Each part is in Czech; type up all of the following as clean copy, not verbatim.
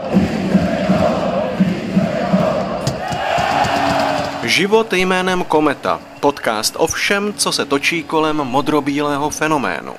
Život jménem Kometa. Podcast o všem, co se točí kolem modrobílého fenoménu.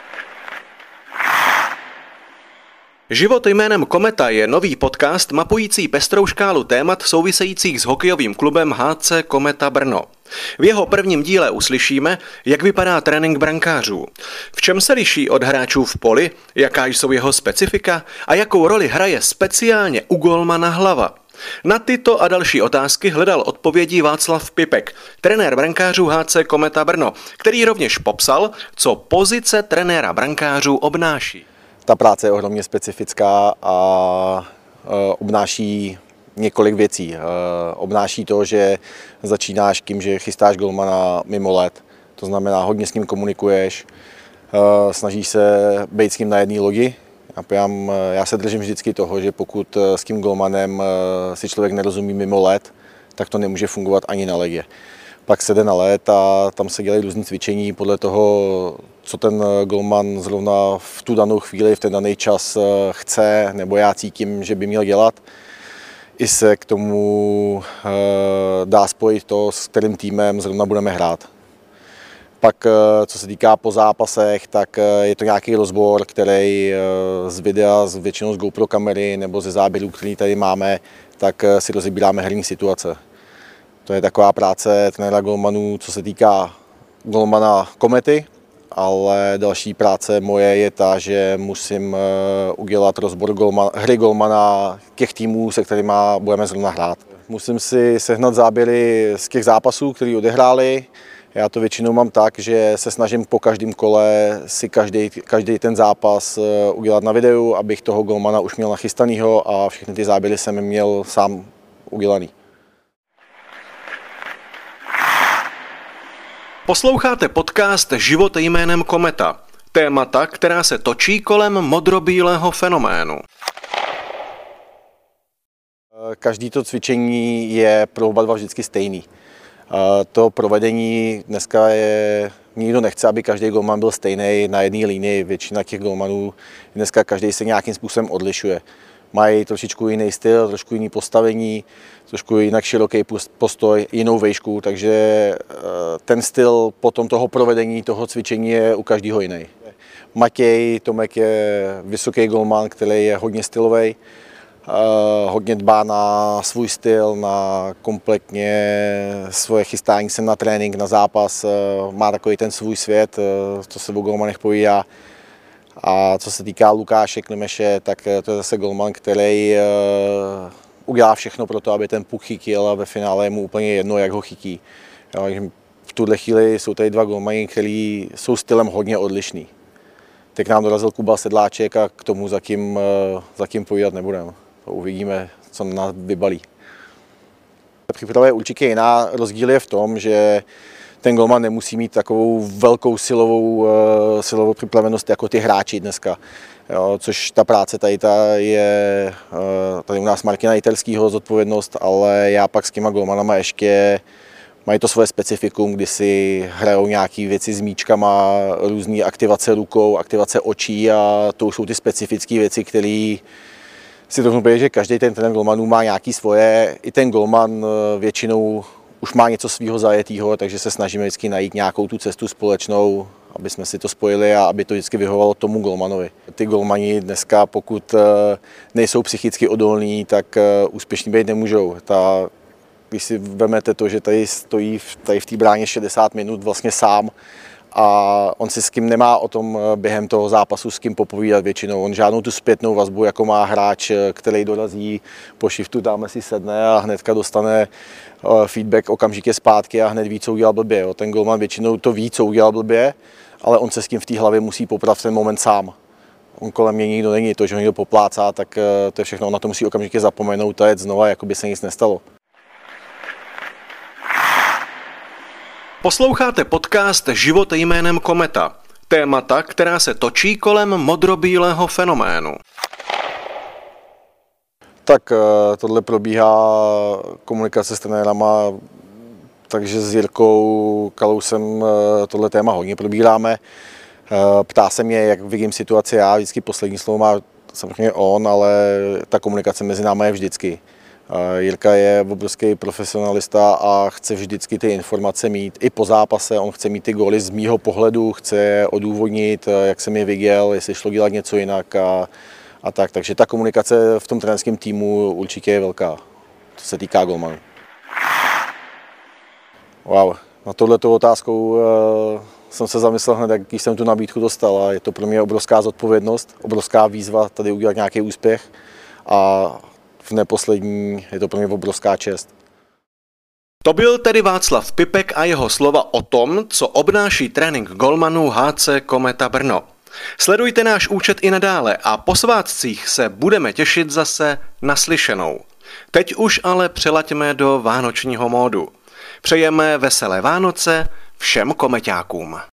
Život jménem Kometa je nový podcast mapující pestrou škálu témat souvisejících s hokejovým klubem HC Kometa Brno. V jeho prvním díle uslyšíme, jak vypadá trénink brankářů, v čem se liší od hráčů v poli, jaká jsou jeho specifika a jakou roli hraje speciálně u golmana hlava. Na tyto a další otázky hledal odpovědi Václav Pipek, trenér brankářů HC Kometa Brno, který rovněž popsal, co pozice trenéra brankářů obnáší. Ta práce je ohromně specifická a obnáší několik věcí. Obnáší to, že začínáš tím, že chystáš golmana mimo led, to znamená hodně s ním komunikuješ, snažíš se být s ním na jedné lodi. Já se držím vždycky toho, že pokud s tím golmanem si člověk nerozumí mimo led, tak to nemůže fungovat ani na ledě. Pak se jde na led a tam se dělají různé cvičení podle toho, co ten golman zrovna v tu danou chvíli, v ten daný čas chce, nebo já cítím, že by měl dělat. I se k tomu dá spojit to, s kterým týmem zrovna budeme hrát. Pak, co se týká po zápasech, tak je to nějaký rozbor, který z videa, většinou z GoPro kamery nebo ze záběrů, který tady máme, tak si rozebíráme herní situace. To je taková práce trenéra golmanů, co se týká golmana Komety, ale další práce moje je ta, že musím udělat rozbor hry golmana těch týmů, se kterými budeme zrovna hrát. Musím si sehnat záběry z těch zápasů, které odehráli. Já to většinou mám tak, že se snažím po každém kole si každý ten zápas udělat na videu, abych toho golmana už měl nachystanýho a všechny ty záběry jsem měl sám udělaný. Posloucháte podcast Život jménem Kometa. Témata, která se točí kolem modrobílého fenoménu. Každý to cvičení je pro oba dva vždycky stejný. To provedení dneska nikdo nechce, aby každý golman byl stejný na jedné linii. Většina těch golmanů dneska každý se nějakým způsobem odlišuje. Mají trošičku jiný styl, trošku jiný postavení, trošku jinak široký postoj, jinou vejšku, takže ten styl potom toho provedení, toho cvičení je u každého jiný. Matěj Tomek je vysoký golman, který je hodně stylový, hodně dbá na svůj styl, na kompletně svoje chystání se na trénink, na zápas, má takový ten svůj svět, co se o golmanech povídá. A co se týká Lukáše Klimeše, tak to je zase golman, který udělá všechno pro to, aby ten puk chytil a ve finále je mu úplně jedno, jak ho chytí. V tuhle chvíli jsou tady dva golmani, kteří jsou stylem hodně odlišný. Teď nám dorazil Kuba Sedláček a k tomu zatím povídat nebudeme. Uvidíme, co nás vybalí. Příprava je určitě jiná. Rozdíl je v tom, že ten golman nemusí mít takovou velkou silovou připravenost jako ty hráči dneska. Jo, což ta práce tady je tady u nás Martina Jiterskýho zodpovědnost, ale já pak s těma golmanama ještě mají to svoje specifikum, kdy si hrajou nějaké věci s míčkama, různé aktivace rukou, aktivace očí a to už jsou ty specifické věci, které si trochu že každý ten trenér golmanů má nějaké svoje. I ten golman většinou už má něco svého zajetého, takže se snažíme vždycky najít nějakou tu cestu společnou, aby jsme si to spojili a aby to vždycky vyhovovalo tomu golmanovi. Ty golmani dneska, pokud nejsou psychicky odolní, tak úspěšní být nemůžou. Když si vezmete to, že tady stojí v té bráně 60 minut vlastně sám a on si s kým nemá o tom během toho zápasu s kým popovídat většinou. On žádnou tu zpětnou vazbu, jako má hráč, který dorazí po shiftu, dáme si sedne a hnedka dostane feedback okamžitě zpátky a hned ví, co udělal blbě. Ten golman většinou to ví, co udělal blbě, ale on se s tím v té hlavě musí poprat v ten moment sám. On kolem mě nikdo není, to, že ho někdo poplácá, tak to je všechno, on na to musí okamžitě zapomenout a jet znova, jako by se nic nestalo. Posloucháte podcast Život jménem Kometa. Témata, která se točí kolem modrobílého fenoménu. Tak tohle probíhá komunikace s trenérama, takže s Jirkou Kalousem tohle téma hodně probíráme. Ptá se mě, jak vidím situaci já, vždycky poslední slovo má samozřejmě on, ale ta komunikace mezi námi je vždycky. Jirka je obrovský profesionalista a chce vždycky ty informace mít. I po zápase on chce mít ty góly z mýho pohledu, chce odůvodnit, jak jsem je viděl, jestli šlo dělat něco jinak a tak. Takže ta komunikace v tom trenérském týmu určitě je velká, co se týká golmanů. Wow, na touhletou otázkou jsem se zamyslel hned, když jsem tu nabídku dostal a je to pro mě obrovská zodpovědnost, obrovská výzva tady udělat nějaký úspěch a v neposlední je to pro mě obrovská čest. To byl tedy Václav Pipek a jeho slova o tom, co obnáší trénink golmanů HC Kometa Brno. Sledujte náš účet i nadále a po svátcích se budeme těšit zase naslyšenou. Teď už ale přelaďme do vánočního módu. Přejeme veselé Vánoce všem komeťákům.